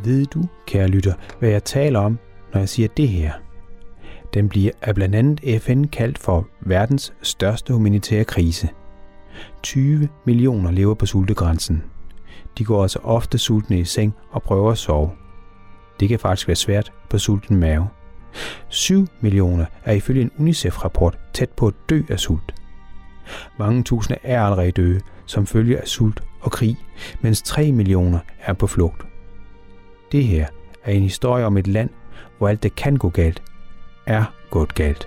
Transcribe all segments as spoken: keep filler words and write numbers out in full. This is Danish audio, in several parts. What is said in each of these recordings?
Ved du, kære lytter, hvad jeg taler om, når jeg siger det her? Den bliver af blandt andet F N kaldt for verdens største humanitære krise. tyve millioner lever på sultegrænsen. De går altså ofte sultne i seng og prøver at sove. Det kan faktisk være svært på sulten mave. syv millioner er ifølge en UNICEF-rapport tæt på at dø af sult. Mange tusinde er allerede døde som følge af sult og krig, mens tre millioner er på flugt. Det her er en historie om et land, hvor alt det kan gå galt, er gået galt.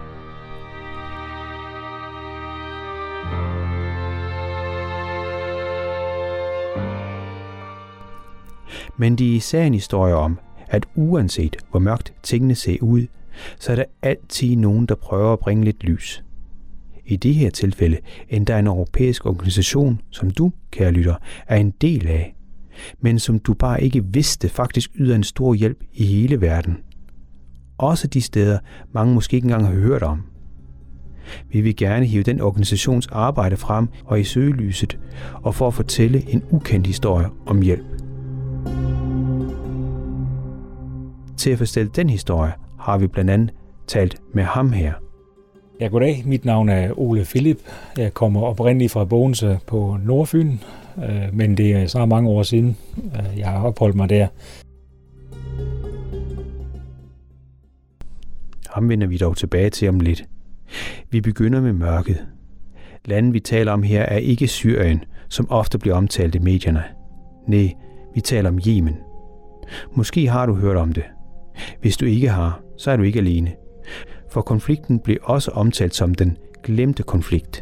Men det er især en historie om, at uanset hvor mørkt tingene ser ud, så er der altid nogen, der prøver at bringe lidt lys. I det her tilfælde endda en europæisk organisation, som du, kære lytter, er en del af, men som du bare ikke vidste faktisk yder en stor hjælp i hele verden. Også de steder, mange måske ikke engang har hørt om. Vi vil gerne hive den organisations arbejde frem og i søgelyset, og for at fortælle en ukendt historie om hjælp. Til at fortælle den historie har vi blandt andet talt med ham her. Ja, goddag. Mit navn er Ole Philip. Jeg kommer oprindeligt fra Bogense på Nordfyn, men det er snart mange år siden, jeg har opholdt mig der. Ham vender vi dog tilbage til om lidt. Vi begynder med mørket. Landet vi taler om her er ikke Syrien, som ofte bliver omtalt i medierne. Nej, vi taler om Yemen. Måske har du hørt om det. Hvis du ikke har, så er du ikke alene. For konflikten blev også omtalt som den glemte konflikt.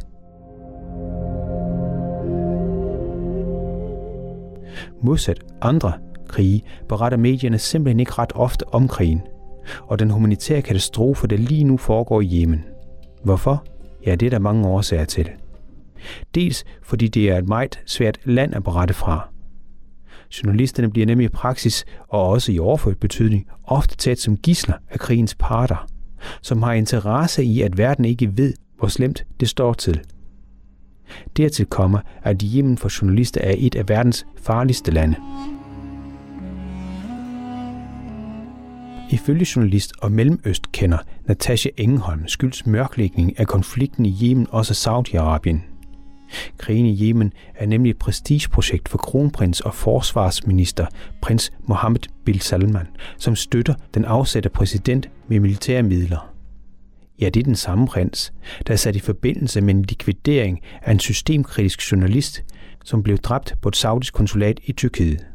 Modsat andre krige beretter medierne simpelthen ikke ret ofte om krigen, og den humanitære katastrofe, der lige nu foregår i Yemen. Hvorfor? Ja, det er der mange årsager til. Dels fordi det er et meget svært land at berette fra. Journalisterne bliver nemlig i praksis, og også i overført betydning, ofte taget som gidsler af krigens parter, som har interesse i, at verden ikke ved, hvor slemt det står til. Dertil kommer, at Yemen for journalister er et af verdens farligste lande. Ifølge journalist og mellemøstkender Natasha Engelholm skyldes mørklægning af konflikten i Yemen også Saudi-Arabien. Krigen i Yemen er nemlig et prestigeprojekt for kronprins og forsvarsminister prins Mohammed bin Salman, som støtter den afsatte præsident med militære midler. Ja, det er den samme prins, der er sat i forbindelse med en likvidering af en systemkritisk journalist, som blev dræbt på et saudisk konsulat i Tyrkiet.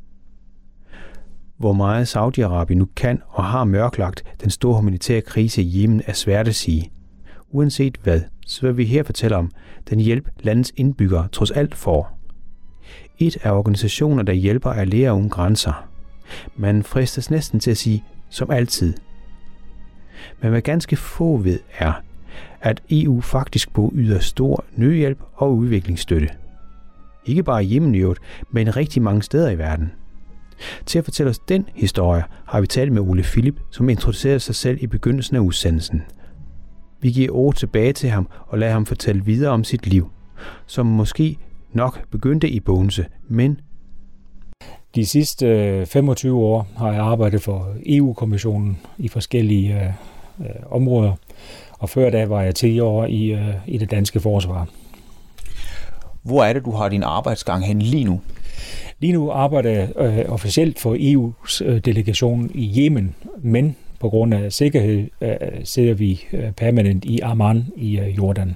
Hvor meget Saudi-Arabien nu kan og har mørklagt den store humanitære krise i Yemen er svært at sige. Uanset hvad, så vil vi her fortælle om den hjælp landets indbyggere trods alt får. Et af organisationer, der hjælper, er Læger uden grænser. Man fristes næsten til at sige, som altid. Men hvad ganske få ved er, at E U faktisk både yder stor nødhjælp og udviklingsstøtte. Ikke bare i Yemen i øvrigt, men rigtig mange steder i verden. Til at fortælle os den historie, har vi talt med Ole Philip, som introducerede sig selv i begyndelsen af udsendelsen. Vi giver ord tilbage til ham og lader ham fortælle videre om sit liv, som måske nok begyndte i Bogense, men... De sidste femogtyve år har jeg arbejdet for E U-kommissionen i forskellige øh, områder, og før da var jeg ti år i, øh, i det danske forsvar. Hvor er det, du har din arbejdsgang hen lige nu? Lige nu arbejder jeg øh, officielt for E U's øh, delegation i Yemen, men på grund af sikkerhed øh, sidder vi øh, permanent i Amman i øh, Jordan.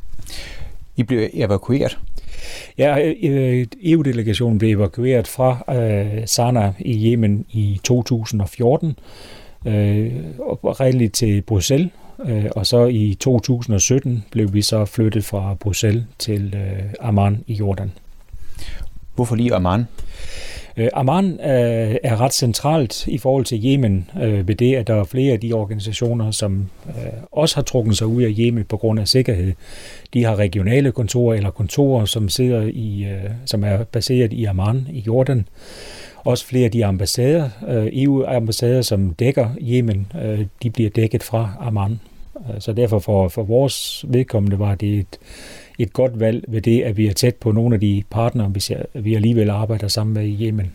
I blev evakueret? Ja, øh, E U-delegationen blev evakueret fra øh, Sanaa i Yemen i to tusind og fjorten, øh, oprindeligt til Bruxelles, øh, og så i to tusind og sytten blev vi så flyttet fra Bruxelles til øh, Amman i Jordan. Hvorfor lige Amman? Øh, Amman øh, er ret centralt i forhold til Yemen øh, ved det, at der er flere af de organisationer, som øh, også har trukket sig ud af Yemen på grund af sikkerhed. De har regionale kontorer eller kontorer, som sidder i, øh, som er baseret i Amman i Jordan. Også flere af de ambassader, øh, E U-ambassader, som dækker Yemen, øh, de bliver dækket fra Amman. Så derfor for, for vores vedkommende var det et, et godt valg ved det, at vi er tæt på nogle af de partnere, vi, vi alligevel arbejder sammen med i Yemen.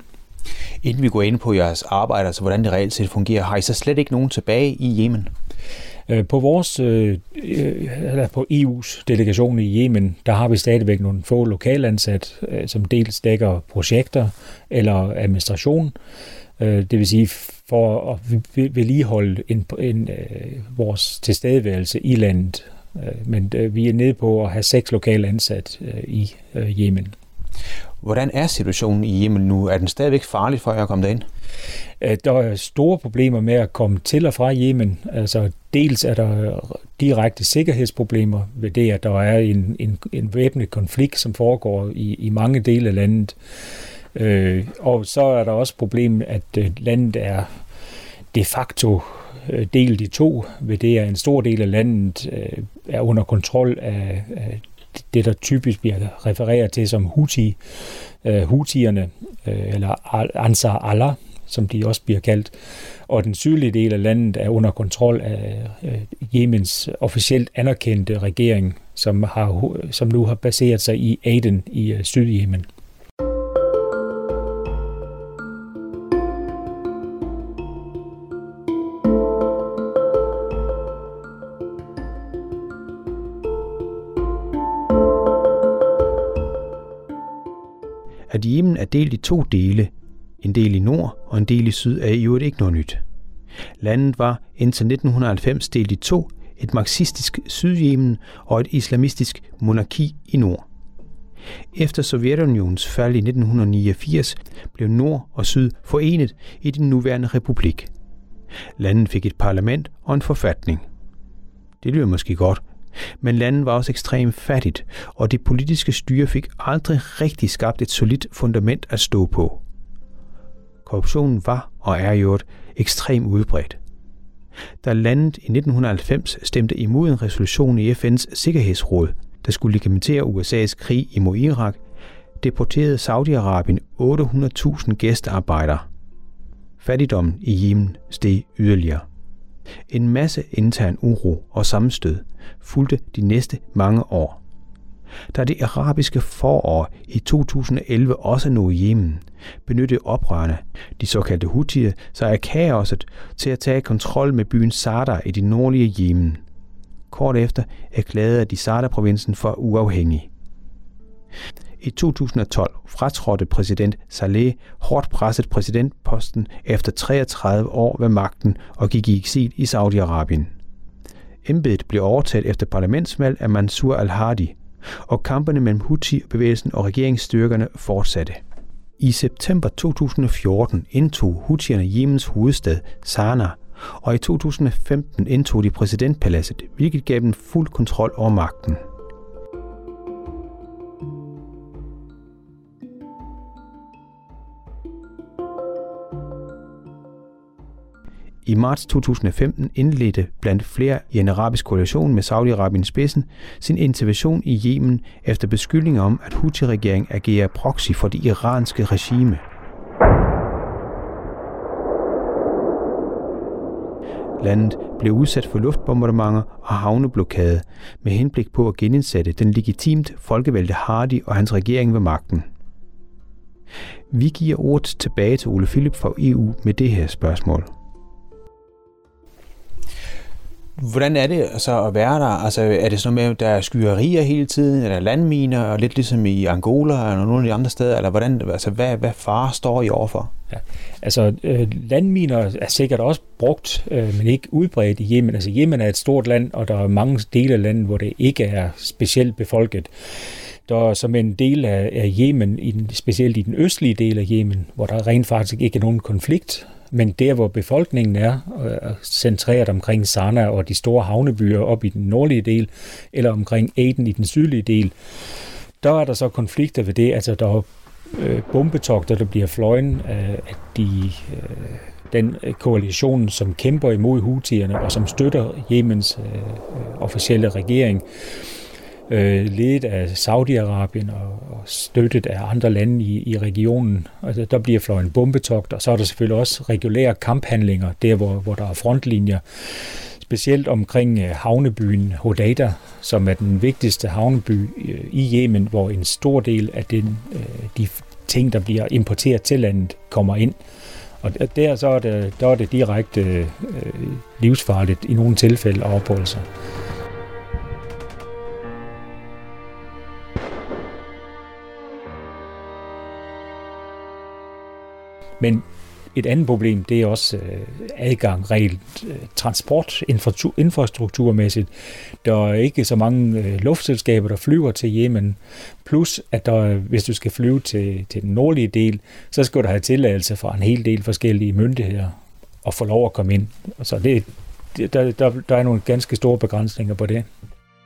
Inden vi går ind på jeres arbejde, altså hvordan det reelt set fungerer, har I så slet ikke nogen tilbage i Yemen? På vores, eller på E U's delegation i Yemen, der har vi stadigvæk nogle få lokalansat, som dels dækker projekter eller administration. Det vil sige for at vedligeholde en, en, vores tilstedeværelse i landet. Men vi er nede på at have seks lokale ansat i Yemen. Hvordan er situationen i Yemen nu? Er den stadigvæk farlig for jer at komme derind? Der er store problemer med at komme til og fra Yemen. Altså, dels er der direkte sikkerhedsproblemer ved det, at der er en, en, en væbnet konflikt, som foregår i, i mange dele af landet. Øh, og så er der også problemet, at landet er de facto delt i to, ved det, at en stor del af landet øh, er under kontrol af, af det, der typisk bliver refereret til som Houthi, uh, Houthierne, uh, eller Ansar Allah, som de også bliver kaldt. Og den sydlige del af landet er under kontrol af uh, Yemens officielt anerkendte regering, som, har, som nu har baseret sig i Aden i uh, Syd-Yemen. At Yemen er delt i to dele, en del i nord og en del i syd, er i øvrigt ikke noget nyt. Landet var indtil nitten halvfems delt i to, et marxistisk Syd-Yemen og et islamistisk monarki i nord. Efter Sovjetunionens fald i nitten niogfirs blev nord og syd forenet i den nuværende republik. Landet fik et parlament og en forfatning. Det lyder måske godt, men landet var også ekstremt fattigt, og det politiske styre fik aldrig rigtig skabt et solidt fundament at stå på. Korruptionen var og er jo et ekstremt udbredt. Da landet i nitten halvfems stemte imod en resolution i F N's Sikkerhedsråd, der skulle legitimere U S A's krig imod Irak, deporterede Saudi-Arabien otte hundrede tusind gæstearbejdere. Fattigdommen i Yemen steg yderligere. En masse intern uro og sammenstød fulgte de næste mange år. Da det arabiske forår i to tusind og elleve også nåede Yemen, benyttede oprørerne, de såkaldte Houthier, sig af kaoset til at tage kontrol med byen Sada i det nordlige Yemen. Kort efter erklærede de Sada-provinsen for uafhængig. I to tusind og tolv fratrådte præsident Saleh hårdt presset præsidentposten efter treogtredive år ved magten og gik i eksil i Saudi-Arabien. Embedet blev overtaget efter parlamentsvalg af Mansour al-Hadi, og kampene mellem Houthi-bevægelsen og regeringsstyrkerne fortsatte. I september to tusind og fjorten indtog Houthierne Yemens hovedstad Sanaa, og i to tusind og femten indtog de præsidentpaladset, hvilket gav dem fuld kontrol over magten. I marts to tusind og femten indledte blandt flere i en arabisk koalition med Saudi-Arabien i spidsen sin intervention i Yemen efter beskyldninger om, at Houthi-regeringen agerer proxy for det iranske regime. Landet blev udsat for luftbombardementer og havneblokade med henblik på at genindsætte den legitimt folkevalgte Hadi og hans regering ved magten. Vi giver ordet tilbage til Ole Philip fra E U med det her spørgsmål. Hvordan er det så at være der? Altså, er det sådan med, at der er skyderier hele tiden, eller landminer, og lidt ligesom i Angola eller nogle af de andre steder, eller hvordan, altså, hvad, hvad fare står I overfor? Ja, altså, øh, landminer er sikkert også brugt, øh, men ikke udbredt i Yemen. Altså, Yemen er et stort land, og der er mange dele af landet, hvor det ikke er specielt befolket. Der er som en del af, af Yemen, i den, specielt i den østlige del af Yemen, hvor der rent faktisk ikke er nogen konflikt, men der, hvor befolkningen er øh, centreret omkring Sanaa og de store havnebyer op i den nordlige del, eller omkring Aden i den sydlige del, der er der så konflikter ved det. Altså, der er øh, bombetogter, der bliver fløjen af de, øh, den koalition, som kæmper imod Houthierne og som støtter Yemens øh, officielle regering, øh, ledet af Saudi-Arabien og, og støttet af andre lande i, i regionen. Altså, der bliver fløjen bombetogt, og så er der selvfølgelig også regulære kamphandlinger, der hvor, hvor der er frontlinjer, specielt omkring øh, havnebyen Hodeida, som er den vigtigste havneby øh, i Yemen, hvor en stor del af den, øh, de ting, der bliver importeret til landet, kommer ind. Og der så er det, der er det direkte øh, livsfarligt i nogle tilfælde at opholde sig. Men et andet problem, det er også øh, adgang, rent øh, transport, infrastrukturmæssigt. Der er ikke så mange øh, luftselskaber, der flyver til Yemen. Plus, at der, hvis du skal flyve til, til den nordlige del, så skal du have tilladelse fra en hel del forskellige myndigheder og få lov at komme ind. Så det, der, der, der er nogle ganske store begrænsninger på det.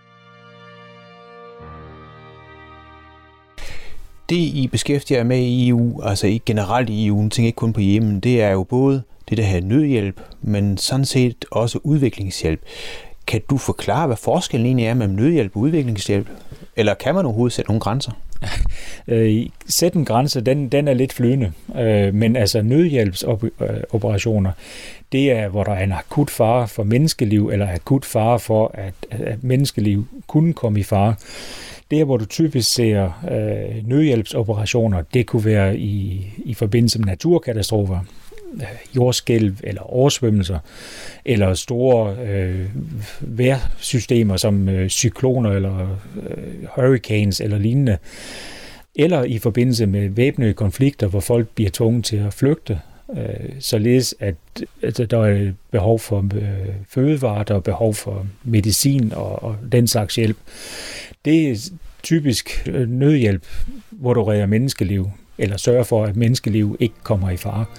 Det, I beskæftiger jer med i E U, altså ikke generelt i E U, tænker ikke kun på Yemen, det er jo både det, der her nødhjælp, men sådan set også udviklingshjælp. Kan du forklare, hvad forskellen egentlig er mellem nødhjælp og udviklingshjælp? Eller kan man overhovedet sætte nogle grænser? Sæt en grænse, den, den er lidt flydende, men altså nødhjælpsoperationer, det er, hvor der er en akut fare for menneskeliv, eller akut fare for, at, at menneskeliv kunne komme i fare. Det, hvor du typisk ser øh, nødhjælpsoperationer, det kunne være i, i forbindelse med naturkatastrofer, øh, jordskælv eller oversvømmelser, eller store øh, vejrsystemer som øh, cykloner eller øh, hurricanes eller lignende, eller i forbindelse med væbnede konflikter, hvor folk bliver tvunget til at flygte, øh, således at, at der er behov for øh, fødevarer, der er behov for medicin og, og den slags hjælp. Det er typisk nødhjælp, hvor du redder menneskeliv, eller sørger for, at menneskeliv ikke kommer i fare.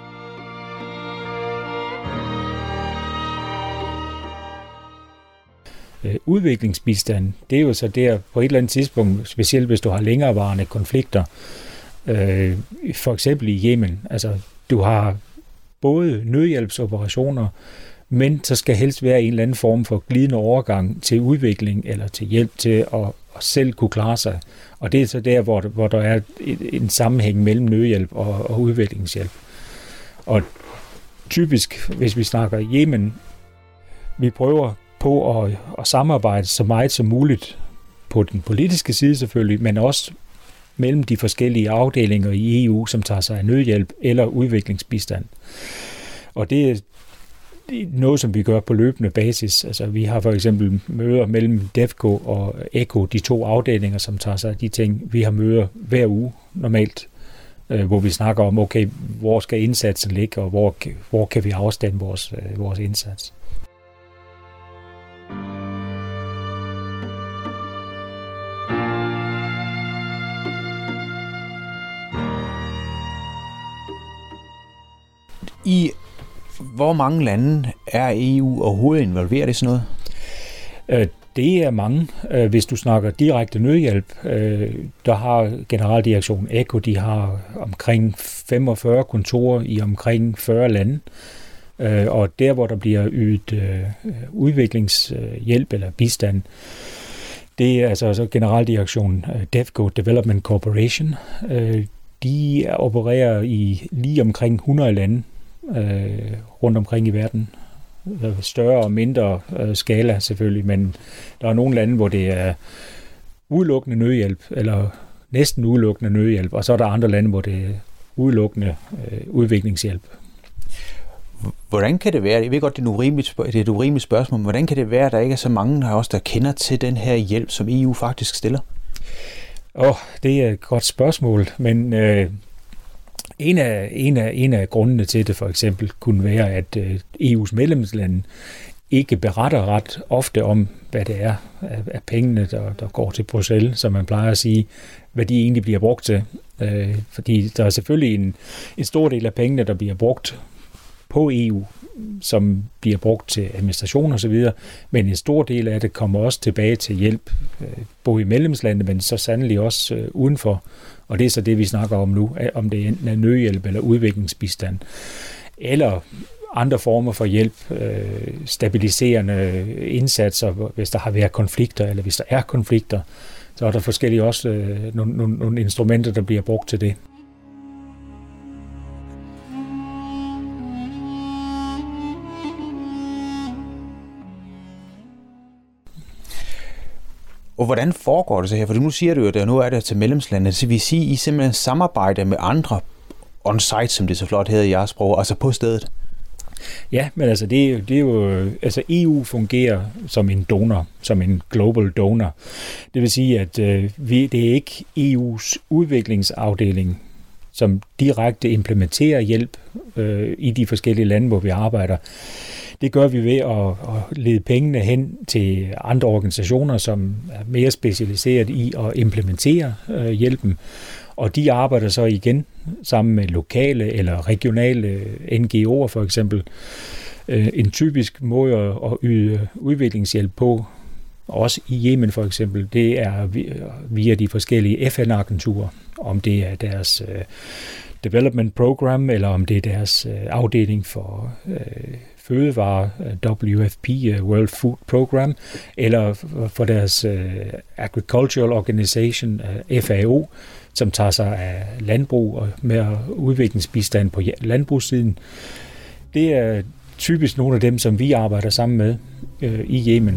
Udviklingsbistand, det er jo så der på et eller andet tidspunkt, specielt hvis du har længerevarende konflikter, øh, for eksempel i Yemen. Altså, du har både nødhjælpsoperationer, men så skal helst være en eller anden form for glidende overgang til udvikling eller til hjælp til at, at selv kunne klare sig. Og det er så der, hvor, hvor der er en sammenhæng mellem nødhjælp og, og udviklingshjælp. Og typisk, hvis vi snakker Yemen, vi prøver på at, at samarbejde så meget som muligt på den politiske side selvfølgelig, men også mellem de forskellige afdelinger i E U, som tager sig af nødhjælp eller udviklingsbistand. Og det er noget, som vi gør på løbende basis. Altså, vi har for eksempel møder mellem DEFCO og ECHO, de to afdelinger, som tager sig af de ting. Vi har møder hver uge normalt, øh, hvor vi snakker om, okay, hvor skal indsatsen ligge, og hvor, hvor kan vi afstemme vores, øh, vores indsats. I hvor mange lande er E U overhovedet involveret i sådan noget? Det er mange. Hvis du snakker direkte nødhjælp, der har Generaldirektionen ECHO, de har omkring femogfyrre kontorer i omkring fyrre lande. Og der, hvor der bliver ydet udviklingshjælp eller bistand, det er altså, altså Generaldirektionen DEFCO, Development Corporation. De opererer i lige omkring hundrede lande rundt omkring i verden. Større og mindre øh, skala selvfølgelig, men der er nogle lande, hvor det er udelukkende nødhjælp, eller næsten udelukkende nødhjælp, og så er der andre lande, hvor det er udelukkende øh, udviklingshjælp. Hvordan kan det være, jeg ved godt, det er et urimeligt, det er et urimeligt spørgsmål, men hvordan kan det være, at der ikke er så mange af os, der kender til den her hjælp, som E U faktisk stiller? Åh, oh, det er et godt spørgsmål, men øh, En af, en, af, en af grundene til det for eksempel kunne være, at E U's medlemslande ikke beretter ret ofte om, hvad det er af pengene, der, der går til Bruxelles, som man plejer at sige, hvad de egentlig bliver brugt til. Fordi der er selvfølgelig en, en stor del af pengene, der bliver brugt på E U, som bliver brugt til administration og så videre, men en stor del af det kommer også tilbage til hjælp, både i medlemslandene, men så sandelig også udenfor. Og det er så det, vi snakker om nu, om det enten er nødhjælp eller udviklingsbistand, eller andre former for hjælp, stabiliserende indsatser, hvis der har været konflikter, eller hvis der er konflikter, så er der forskellige også nogle, nogle, nogle instrumenter, der bliver brugt til det. Og hvordan foregår det så her? For nu siger du jo, at der nu er det til medlemslandene. Så vil sige, at I simpelthen samarbejder med andre on-site, som det så flot hedder i jeres sprog, altså på stedet? Ja, men altså det, er jo, det er jo, altså E U fungerer som en donor, som en global donor. Det vil sige, at øh, vi, det er ikke E U's udviklingsafdeling, som direkte implementerer hjælp øh, i de forskellige lande, hvor vi arbejder. Det gør vi ved at, at lede pengene hen til andre organisationer, som er mere specialiseret i at implementere øh, hjælpen. Og de arbejder så igen sammen med lokale eller regionale N G O'er for eksempel. En typisk måde at yde udviklingshjælp på, også i Yemen for eksempel, det er via de forskellige F N-agenturer, om det er deres development program, eller om det er deres afdeling for fødevare, W F P, World Food Program, eller for deres agricultural organization, F A O, som tager sig af landbrug og mere udviklingsbistand på landbrugssiden. Det er typisk nogle af dem, som vi arbejder sammen med øh, i Yemen.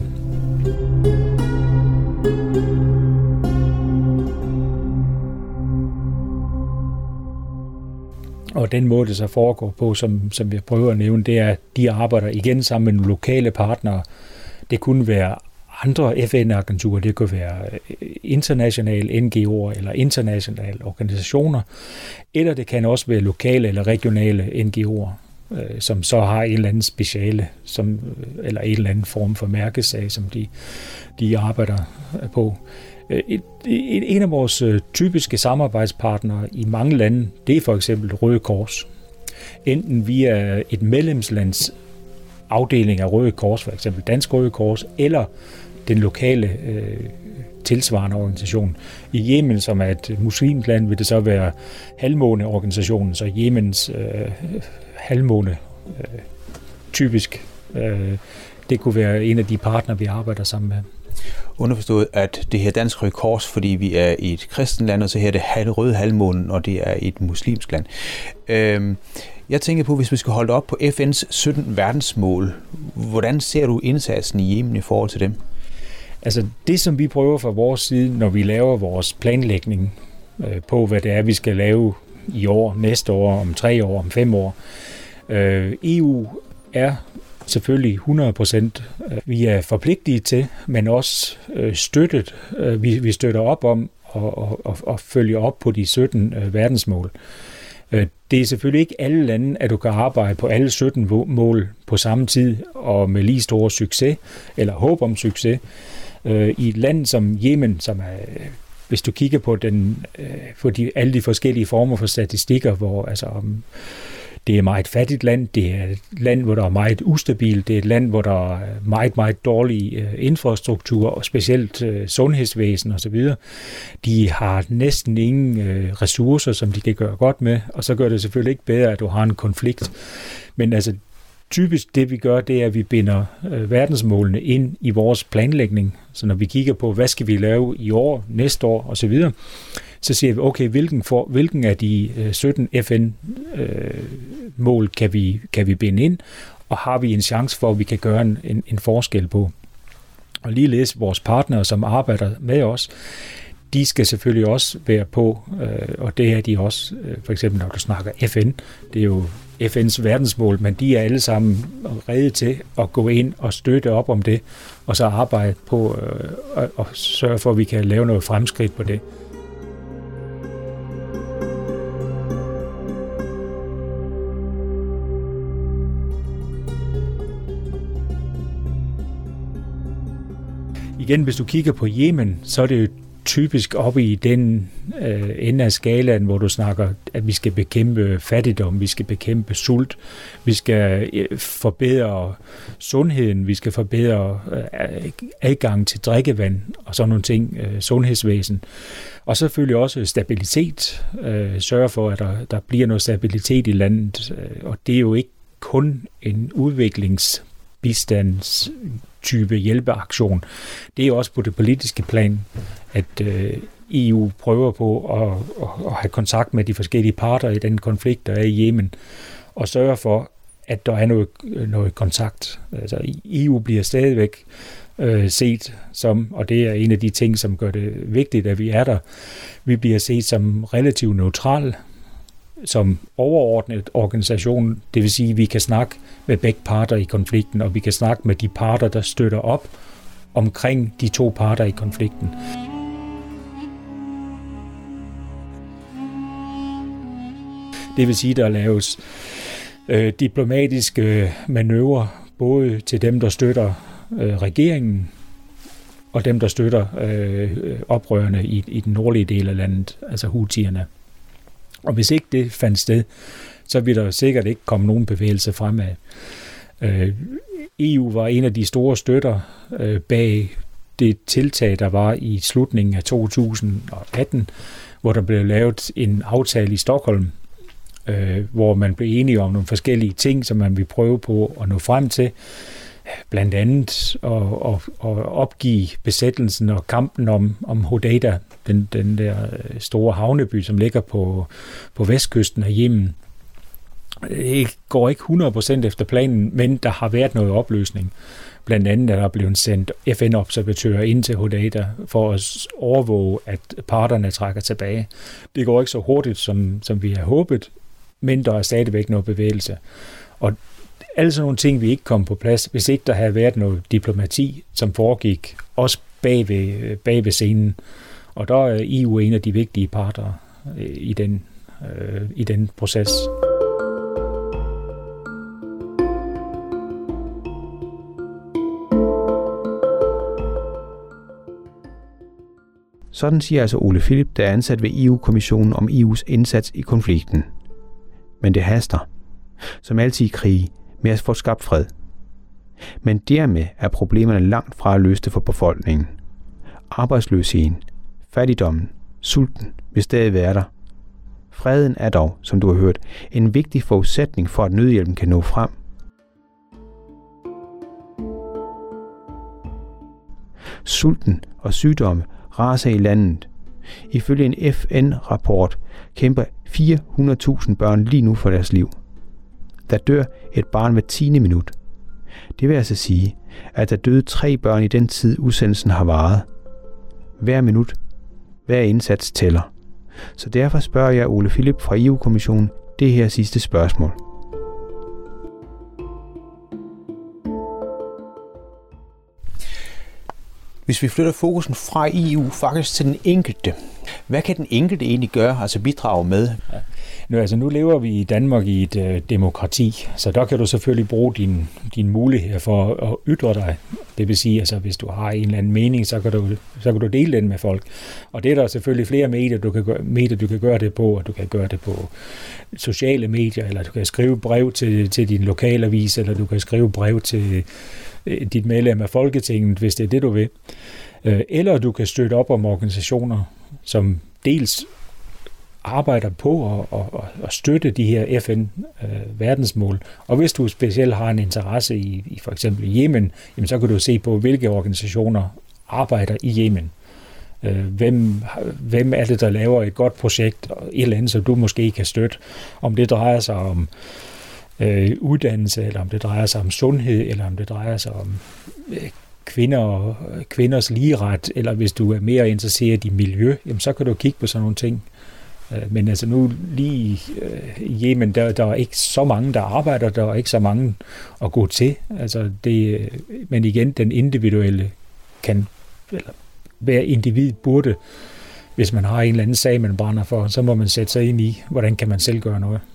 Og den måde, det så foregår på, som, som jeg prøver at nævne, det er, at de arbejder igen sammen med nogle lokale partnere. Det kunne være andre F N-agenturer, det kunne være internationale N G O'er eller internationale organisationer, eller det kan også være lokale eller regionale N G O'er, som så har en eller anden speciale, som, eller en eller anden form for mærkesag, som de, de arbejder på. Et, et, en af vores typiske samarbejdspartnere i mange lande, det er for eksempel Røde Kors. Enten via et medlemslands afdeling af Røde Kors, for eksempel Dansk Røde Kors, eller den lokale øh, tilsvarende organisation. I Yemen, som er et muslimland, vil det så være halvmåneorganisationen, så Yemens øh, halvmåne øh, typisk. Øh, det kunne være en af de partnere, vi arbejder sammen med. Underforstået, at det her Dansk Røde Kors, fordi vi er i et kristent land, og så her er det halv, røde halvmånen, og det er et muslimsk land. Øhm, jeg tænker på, hvis vi skal holde op på F N's sytten verdensmål, hvordan ser du indsatsen i Yemen i forhold til dem? Altså det, som vi prøver fra vores side, når vi laver vores planlægning øh, på, hvad det er, vi skal lave i år, næste år, om tre år, om fem år. Øh, E U er selvfølgelig hundrede procent vi er forpligtige til, men også øh, støttet. Øh, vi, vi støtter op om og, og, og følger op på de sytten øh, verdensmål. Øh, det er selvfølgelig ikke alle lande, at du kan arbejde på alle sytten mål på samme tid og med lige stor succes, eller håb om succes. Øh, I et land som Yemen, som er, hvis du kigger på den, øh, for de, alle de forskellige former for statistikker, hvor altså om det er et meget fattigt land, det er et land, hvor der er meget ustabilt, det er et land, hvor der er meget, meget dårlig infrastruktur, og specielt sundhedsvæsen osv. De har næsten ingen ressourcer, som de kan gøre godt med, og så gør det selvfølgelig ikke bedre, at du har en konflikt. Men altså typisk det, vi gør, det er, at vi binder verdensmålene ind i vores planlægning. Så når vi kigger på, hvad skal vi lave i år, næste år osv., så siger vi, okay, hvilken, for, hvilken af de sytten F N-mål øh, kan, vi, kan vi binde ind, og har vi en chance for, at vi kan gøre en, en, en forskel på. Og ligeledes vores partnere, som arbejder med os, de skal selvfølgelig også være på, øh, og det er de også, øh, for eksempel når du snakker F N, det er jo F N's verdensmål, men de er alle sammen rede til at gå ind og støtte op om det, og så arbejde på øh, og, og sørge for, at vi kan lave noget fremskridt på det. Igen, hvis du kigger på Yemen, så er det jo typisk oppe i den øh, ende af skalaen, hvor du snakker, at vi skal bekæmpe fattigdom, vi skal bekæmpe sult, vi skal øh, forbedre sundheden, vi skal forbedre øh, adgang til drikkevand og sådan nogle ting, øh, sundhedsvæsen. Og selvfølgelig også stabilitet, øh, sørge for, at der, der bliver noget stabilitet i landet, øh, og det er jo ikke kun en udviklingsbistands type hjælpeaktion. Det er også på det politiske plan, at øh, E U prøver på at, at, at have kontakt med de forskellige parter i den konflikt, der er i Yemen, og sørge for, at der er noget, noget kontakt. Altså E U bliver stadigvæk øh, set som, og det er en af de ting, som gør det vigtigt, at vi er der. Vi bliver set som relativt neutral, som overordnet organisation, det vil sige, at vi kan snakke med begge parter i konflikten, og vi kan snakke med de parter, der støtter op omkring de to parter i konflikten. Det vil sige, at der laves øh, diplomatiske manøvrer, både til dem, der støtter øh, regeringen, og dem, der støtter øh, oprørerne i, i den nordlige del af landet, altså Houthierne. Og hvis ikke det fandt sted, så vil der sikkert ikke komme nogen bevægelse fremad. Øh, E U var en af de store støtter øh, bag det tiltag, der var i slutningen af to tusind og atten, hvor der blev lavet en aftale i Stockholm, øh, hvor man blev enige om nogle forskellige ting, som man vil prøve på at nå frem til. Blandt andet at, at, at opgive besættelsen og kampen om, om Hodeida, den, den der store havneby, som ligger på, på vestkysten af Yemen. Det går ikke hundrede procent efter planen, men der har været noget opløsning. Blandt andet er der blevet sendt F N-observatører ind til Hodeida for at overvåge, at parterne trækker tilbage. Det går ikke så hurtigt, som, som vi har håbet, men der er stadigvæk noget bevægelse. Og alle sådan nogle ting, vi ikke kom på plads, hvis ikke der havde været noget diplomati, som foregik også bag ved, bag ved scenen. Og der er E U en af de vigtige parter i den, øh, i den proces. Sådan siger altså Ole Philip, der er ansat ved E U-kommissionen om E U's indsats i konflikten. Men det haster, som altid i krig, med at få skabt fred. Men dermed er problemerne langt fra at løse det for befolkningen. Arbejdsløsheden, fattigdommen, sulten vil stadig være der. Freden er dog, som du har hørt, en vigtig forudsætning for, at nødhjælpen kan nå frem. Sulten og sygdomme raser i landet. Ifølge en F N-rapport kæmper fire hundrede tusind børn lige nu for deres liv. Der dør et barn hver tiende minut. Det vil altså sige, at der døde tre børn i den tid, udsendelsen har varet. Hver minut, hver indsats tæller. Så derfor spørger jeg Ole Philip fra E U-kommissionen det her sidste spørgsmål. Hvis vi flytter fokusen fra E U faktisk til den enkelte, hvad kan den enkelte egentlig gøre, altså bidrage med? Ja. Nu, altså, nu lever vi i Danmark i et øh, demokrati, så der kan du selvfølgelig bruge din, din mulighed for at ytre dig. Det vil sige, altså hvis du har en eller anden mening, så kan du, så kan du dele den med folk. Og det er der selvfølgelig flere medier, du kan gøre, medier, du kan gøre det på, og du kan gøre det på sociale medier, eller du kan skrive brev til, til din lokalavis, eller du kan skrive brev til øh, dit medlem af Folketinget, hvis det er det, du vil. Øh, eller du kan støtte op om organisationer, som dels arbejder på at, at, at støtte de her F N-verdensmål. Øh, og hvis du specielt har en interesse i, i for eksempel Yemen, jamen, så kan du se på, hvilke organisationer arbejder i Yemen. Øh, hvem, hvem er det, der laver et godt projekt, og et eller andet, som du måske kan støtte. Om det drejer sig om øh, uddannelse, eller om det drejer sig om sundhed, eller om det drejer sig om øh, kvinder, kvinders ligeret, eller hvis du er mere interesseret i miljø, jamen, så kan du kigge på sådan nogle ting. Men altså nu lige i Yemen, der, der er ikke så mange, der arbejder, der er ikke så mange at gå til. Altså det, men igen, den individuelle kan, eller hver individ burde, hvis man har en eller anden sag, man brænder for, så må man sætte sig ind i, hvordan kan man selv gøre noget.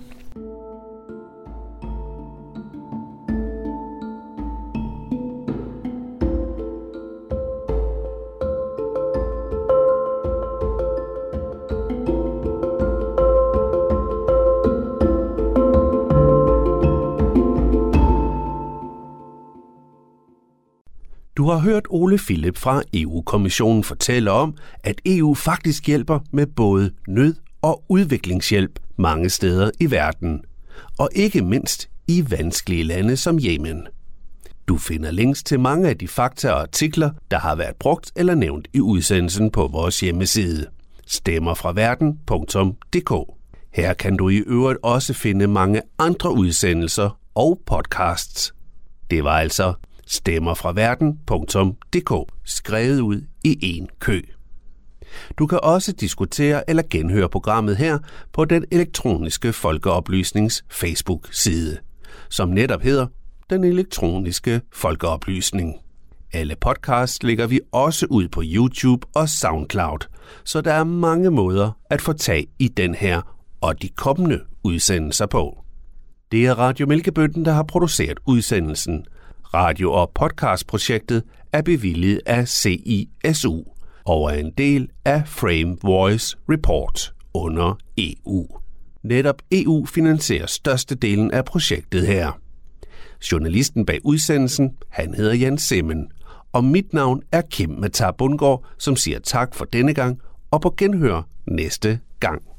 Du har hørt Ole Philip fra E U-kommissionen fortælle om, at E U faktisk hjælper med både nød- og udviklingshjælp mange steder i verden, og ikke mindst i vanskelige lande som Yemen. Du finder links til mange af de fakta og artikler, der har været brugt eller nævnt i udsendelsen på vores hjemmeside stemmerfraverden punktum d k. Her kan du i øvrigt også finde mange andre udsendelser og podcasts. Det var altså stemmerfraverden punktum d k, skrevet ud i en kø. Du kan også diskutere eller genhøre programmet her på den elektroniske folkeoplysnings Facebook-side, som netop hedder Den Elektroniske Folkeoplysning. Alle podcasts lægger vi også ud på YouTube og SoundCloud, så der er mange måder at få tag i den her og de kommende udsendelser på. Det er Radio Mælkebøtten, der har produceret udsendelsen. Radio- og podcastprojektet er bevilget af C I S U og er en del af Frame Voice Report under E U. Netop E U finansierer størstedelen af projektet her. Journalisten bag udsendelsen, han hedder Jan Simmen, og mit navn er Kim Matar Bundgaard, som siger tak for denne gang og på genhør næste gang.